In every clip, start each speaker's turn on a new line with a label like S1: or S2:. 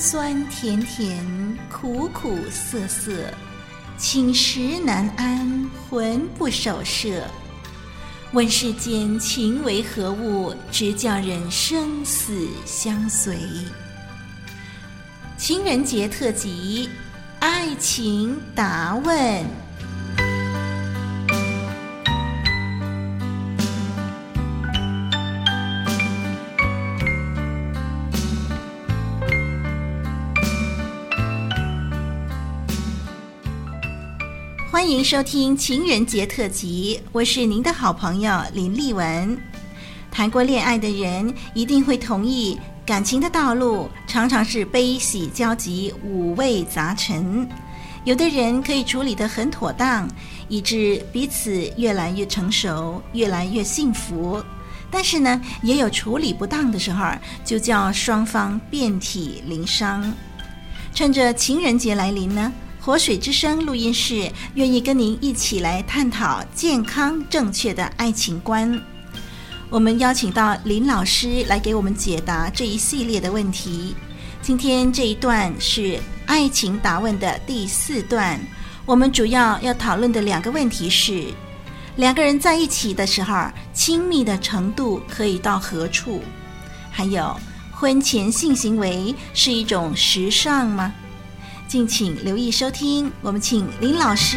S1: 酸甜甜，苦苦涩涩，寝食难安，魂不守舍。问世间情为何物，直叫人生死相随。情人节特辑，爱情答问。欢迎收听情人节特辑，我是您的好朋友林丽文。谈过恋爱的人一定会同意，感情的道路常常是悲喜交集，五味杂陈。有的人可以处理得很妥当，以致彼此越来越成熟，越来越幸福。但是呢，也有处理不当的时候，就叫双方遍体鳞伤。趁着情人节来临呢，活水之声录音室愿意跟您一起来探讨健康正确的爱情观。我们邀请到林老师来给我们解答这一系列的问题。今天这一段是爱情答问的第4段，我们主要讨论的2个问题是：两个人在一起的时候，亲密的程度可以到何处？还有，婚前性行为是一种时尚吗？敬请留意收听，我们请林老师。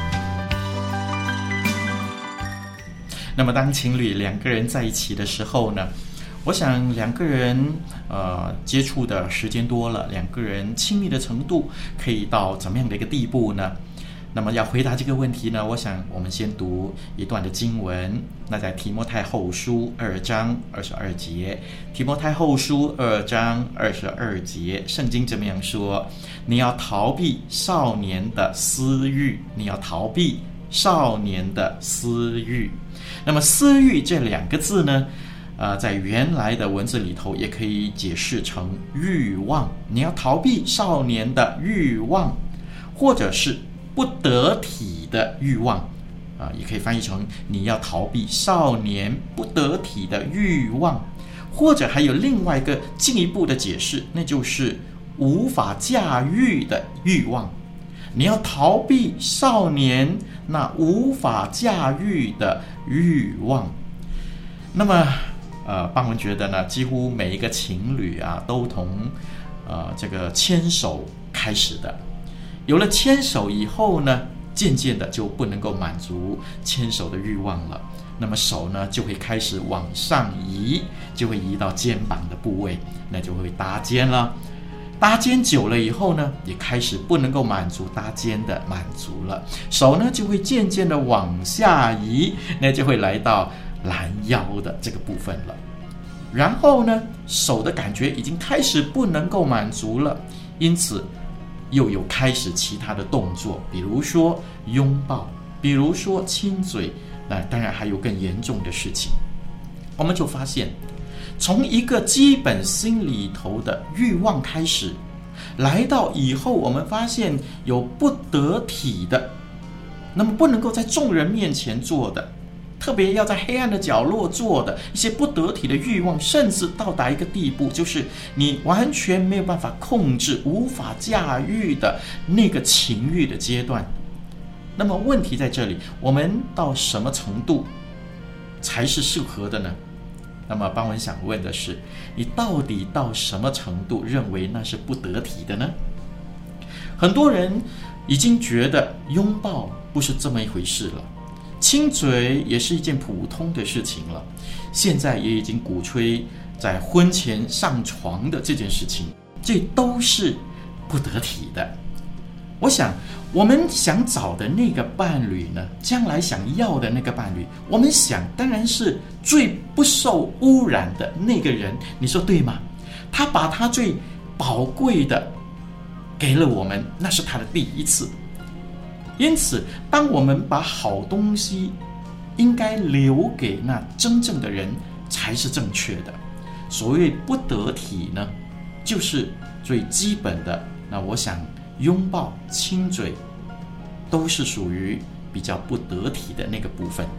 S2: 那么当情侣2个人在一起的时候呢，我想2个人接触的时间多了，2个人亲密的程度可以到怎么样的一个地步呢？那么要回答这个问题呢，我想我们先读一段的经文，那在提摩太后书2章22节。提摩太后书2章22节，圣经这么样说：你要逃避少年的私欲，你要逃避少年的私欲。那么私欲这2个字呢，在原来的文字里头也可以解释成欲望，你要逃避少年的欲望，或者是不得体的欲望，也可以翻译成你要逃避少年不得体的欲望，或者还有另外一个进一步的解释，那就是无法驾驭的欲望。你要逃避少年那无法驾驭的欲望。那么邦文觉得呢，几乎每一个情侣都从这个牵手开始的。有了牵手以后呢，渐渐的就不能够满足牵手的欲望了，那么手呢就会开始往上移，就会移到肩膀的部位，那就会搭肩了。搭肩久了以后呢，也开始不能够满足搭肩的满足了，手呢就会渐渐的往下移，那就会来到拦腰的这个部分了。然后呢，手的感觉已经开始不能够满足了，因此又有开始其他的动作，比如说拥抱，比如说亲嘴，那当然还有更严重的事情。我们就发现，从一个基本心里头的欲望开始，来到以后我们发现有不得体的，那么不能够在众人面前做的，特别要在黑暗的角落做的一些不得体的欲望，甚至到达一个地步，就是你完全没有办法控制，无法驾驭的那个情欲的阶段。那么问题在这里，我们到什么程度才是适合的呢？那么邦文想问的是，你到底到什么程度认为那是不得体的呢？很多人已经觉得拥抱不是这么一回事了，亲嘴也是一件普通的事情了，现在也已经鼓吹在婚前上床的这件事情，这都是不得体的。我想我们想找的那个伴侣呢，将来想要的那个伴侣，我们想当然是最不受污染的那个人，你说对吗？他把他最宝贵的给了我们，那是他的第一次。因此当我们把好东西应该留给那真正的人才是正确的。所谓不得体呢，就是最基本的，那我想拥抱亲嘴都是属于比较不得体的那个部分。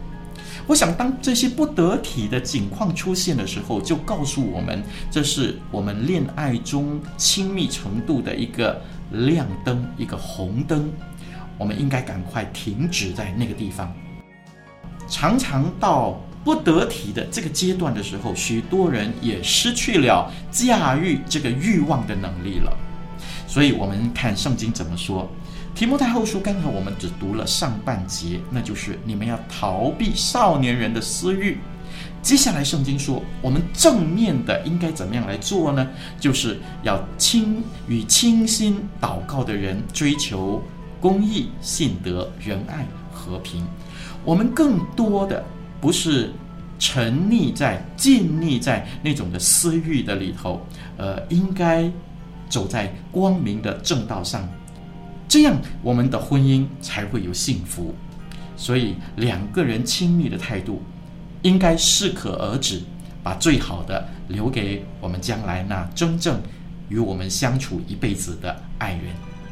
S2: 我想当这些不得体的情况出现的时候，就告诉我们，这是我们恋爱中亲密程度的一个亮灯，一个红灯，我们应该赶快停止在那个地方。常常到不得体的这个阶段的时候，许多人也失去了驾驭这个欲望的能力了。所以我们看圣经怎么说，提摩太后书刚好我们只读了上半节，那就是你们要逃避少年人的私欲。接下来圣经说，我们正面的应该怎么样来做呢？就是要与倾心祷告的人追求公义、信德、仁爱、和平。我们更多的不是沉溺在、浸溺在那种的私欲的里头，应该走在光明的正道上，这样我们的婚姻才会有幸福。所以两个人亲密的态度应该适可而止，把最好的留给我们将来那真正与我们相处一辈子的爱人。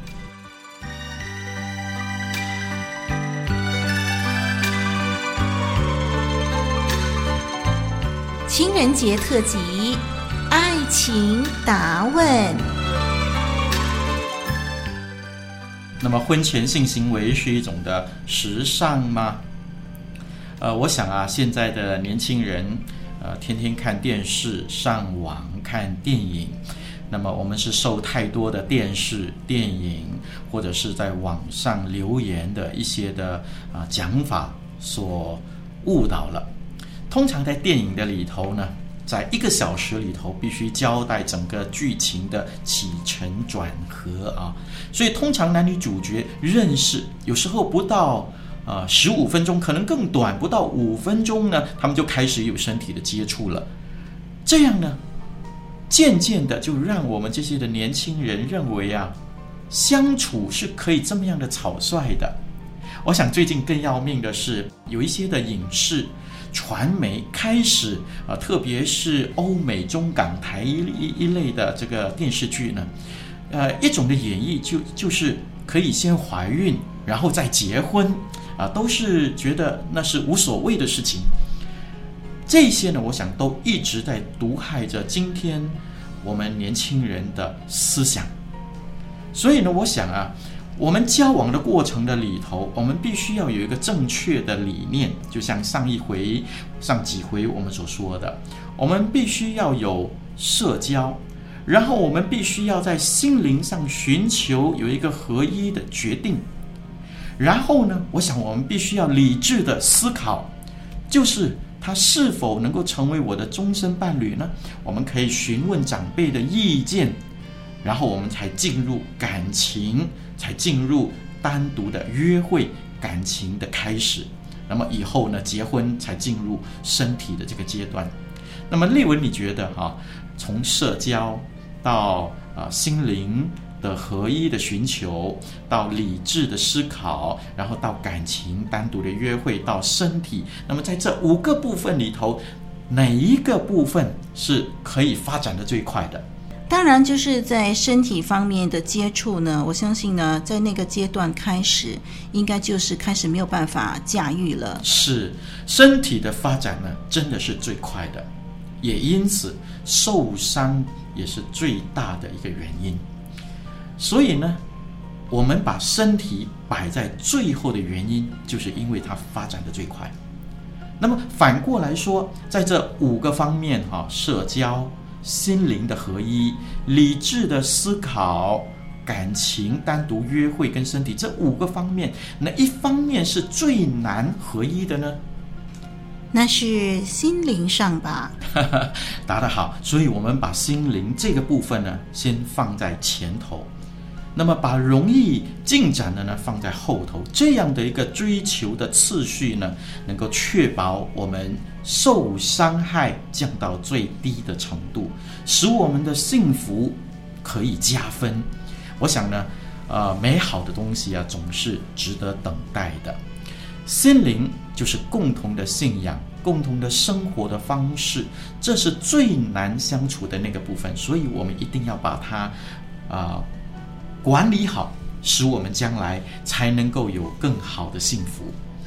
S1: 情人节特辑，爱情答问。
S2: 那么婚前性行为是一种的时尚吗？我想啊，现在的年轻人天天看电视、上网看电影，那么我们是受太多的电视、电影或者是在网上留言的一些的讲法所误导了。通常在电影的里头呢，在1个小时里头必须交代整个剧情的起承转合啊，所以通常男女主角认识有时候不到15分钟，可能更短，不到5分钟呢，他们就开始有身体的接触了。这样呢，渐渐的就让我们这些的年轻人认为相处是可以这么样的草率的。我想最近更要命的是，有一些的影视传媒开始特别是欧美中港台一类的这个电视剧呢，一种的演绎就是可以先怀孕然后再结婚都是觉得那是无所谓的事情。这些呢，我想都一直在毒害着今天我们年轻人的思想。所以呢，我想我们交往的过程的里头，我们必须要有一个正确的理念，就像上几回我们所说的，我们必须要有社交，然后我们必须要在心灵上寻求有一个合一的决定，然后呢，我想我们必须要理智的思考，就是他是否能够成为我的终身伴侣呢？我们可以询问长辈的意见，然后我们才进入感情，才进入单独的约会感情的开始。那么以后呢，结婚才进入身体的这个阶段。那么丽文，你觉得从社交到心灵的合一的寻求，到理智的思考，然后到感情单独的约会，到身体，那么在这5个部分里头，哪一个部分是可以发展的最快的？
S1: 当然就是在身体方面的接触呢，我相信呢，在那个阶段开始，应该就是开始没有办法驾驭了。是，
S2: 身体的发展呢，真的是最快的，也因此受伤也是最大的一个原因。所以呢，我们把身体摆在最后的原因，就是因为它发展的最快。那么反过来说，在这5个方面社交、心灵的合一、理智的思考、感情单独约会跟身体，这5个方面，哪一方面是最难合一的呢？
S1: 那是心灵上吧。
S2: 答得好。所以我们把心灵这个部分呢，先放在前头，那么把容易进展的呢放在后头，这样的一个追求的次序呢，能够确保我们受伤害降到最低的程度，使我们的幸福可以加分。我想呢，美好的东西总是值得等待的。心灵就是共同的信仰，共同的生活的方式，这是最难相处的那个部分，所以我们一定要把它管理好，使我们将来才能够有更好的幸福。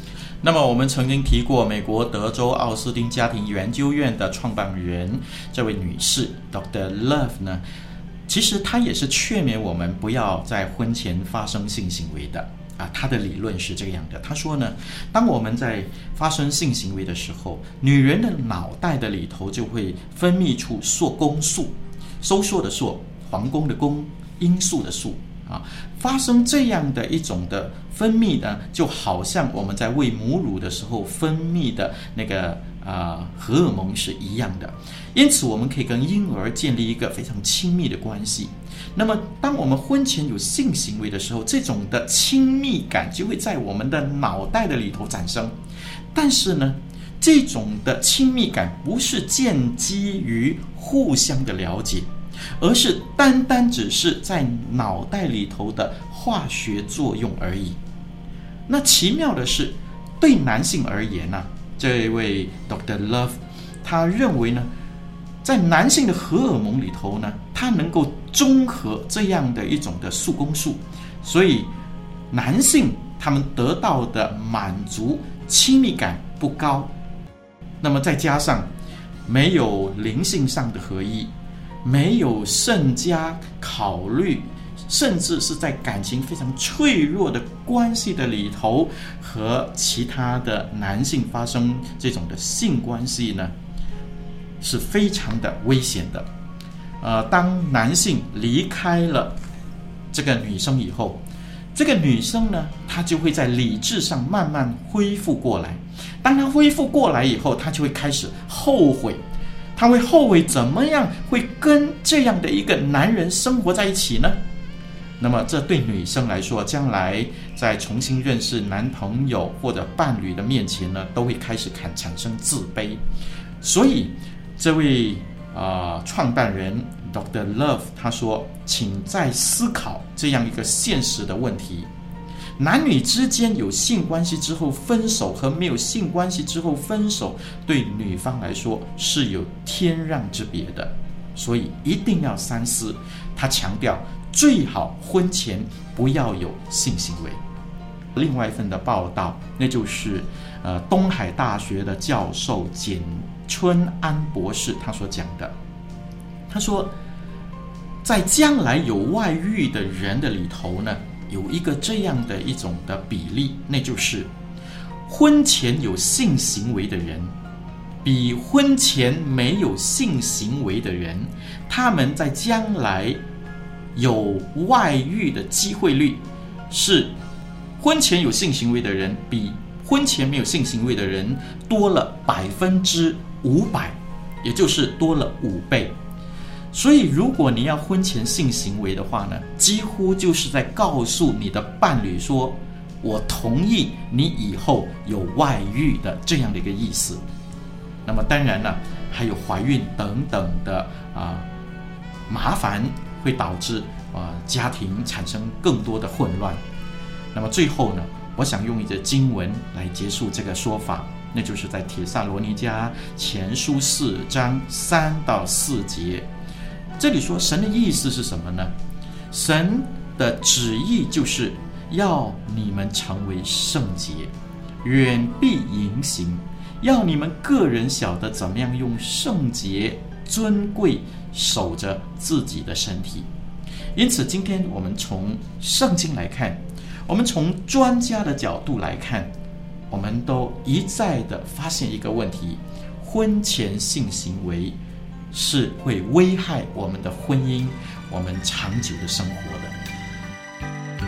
S2: 那么我们曾经提过，美国德州奥斯汀家庭研究院的创办人这位女士 Dr. Love 呢，其实她也是劝勉我们不要在婚前发生性行为的她的理论是这样的。她说呢，当我们在发生性行为的时候，女人的脑袋的里头就会分泌出缩宫素，收缩的缩，皇宫的宫，罂粟的粟发生这样的一种的分泌呢，就好像我们在喂母乳的时候分泌的那个荷尔蒙是一样的。因此我们可以跟婴儿建立一个非常亲密的关系。那么当我们婚前有性行为的时候，这种的亲密感就会在我们的脑袋的里头产生。但是呢，这种的亲密感不是建基于互相的了解，而是单单只是在脑袋里头的化学作用而已。那奇妙的是，对男性而言呢，这位 Dr. Love 他认为呢，在男性的荷尔蒙里头呢，它能够中和这样的一种的宿宫素，所以男性他们得到的满足亲密感不高。那么再加上没有灵性上的合一，没有甚加考虑，甚至是在感情非常脆弱的关系的里头和其他的男性发生这种的性关系呢，是非常的危险的。当男性离开了这个女生以后，这个女生呢，她就会在理智上慢慢恢复过来。当她恢复过来以后，她就会开始后悔，她会后悔怎么样会跟这样的一个男人生活在一起呢？那么这对女生来说，将来在重新认识男朋友或者伴侣的面前呢，都会开始产生自卑。所以这位创办人 Dr. Love 他说，请再思考这样一个现实的问题：男女之间有性关系之后分手和没有性关系之后分手，对女方来说是有天壤之别的，所以一定要三思。他强调，最好婚前不要有性行为。另外一份的报道，那就是东海大学的教授简春安博士他所讲的。他说，在将来有外遇的人的里头呢，有一个这样的一种的比例，那就是婚前有性行为的人比婚前没有性行为的人，他们在将来有外遇的机会率是婚前有性行为的人比婚前没有性行为的人多了500%，也就是多了5倍。所以如果你要婚前性行为的话呢，几乎就是在告诉你的伴侣说，我同意你以后有外遇的这样的一个意思。那么当然了，还有怀孕等等的麻烦，会导致家庭产生更多的混乱。那么最后呢，我想用一节经文来结束这个说法，那就是在帖撒罗尼迦前书4章3到4节。这里说神的意思是什么呢？神的旨意就是要你们成为圣洁，远避淫行，要你们个人晓得怎么样用圣洁尊贵守着自己的身体。因此今天我们从圣经来看，我们从专家的角度来看，我们都一再的发现一个问题：婚前性行为是会危害我们的婚姻，我们长久的生活的。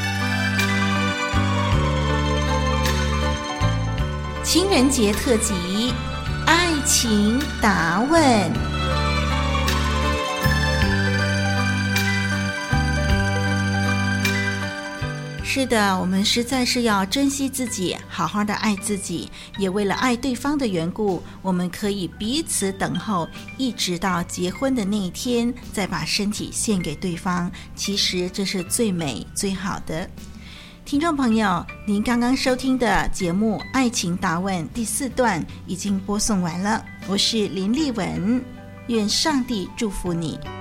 S1: 情人节特辑，爱情答问。是的，我们实在是要珍惜自己，好好的爱自己，也为了爱对方的缘故，我们可以彼此等候，一直到结婚的那一天，再把身体献给对方。其实这是最美最好的。听众朋友，您刚刚收听的节目《爱情答问》第4段已经播送完了，我是林丽文，愿上帝祝福你。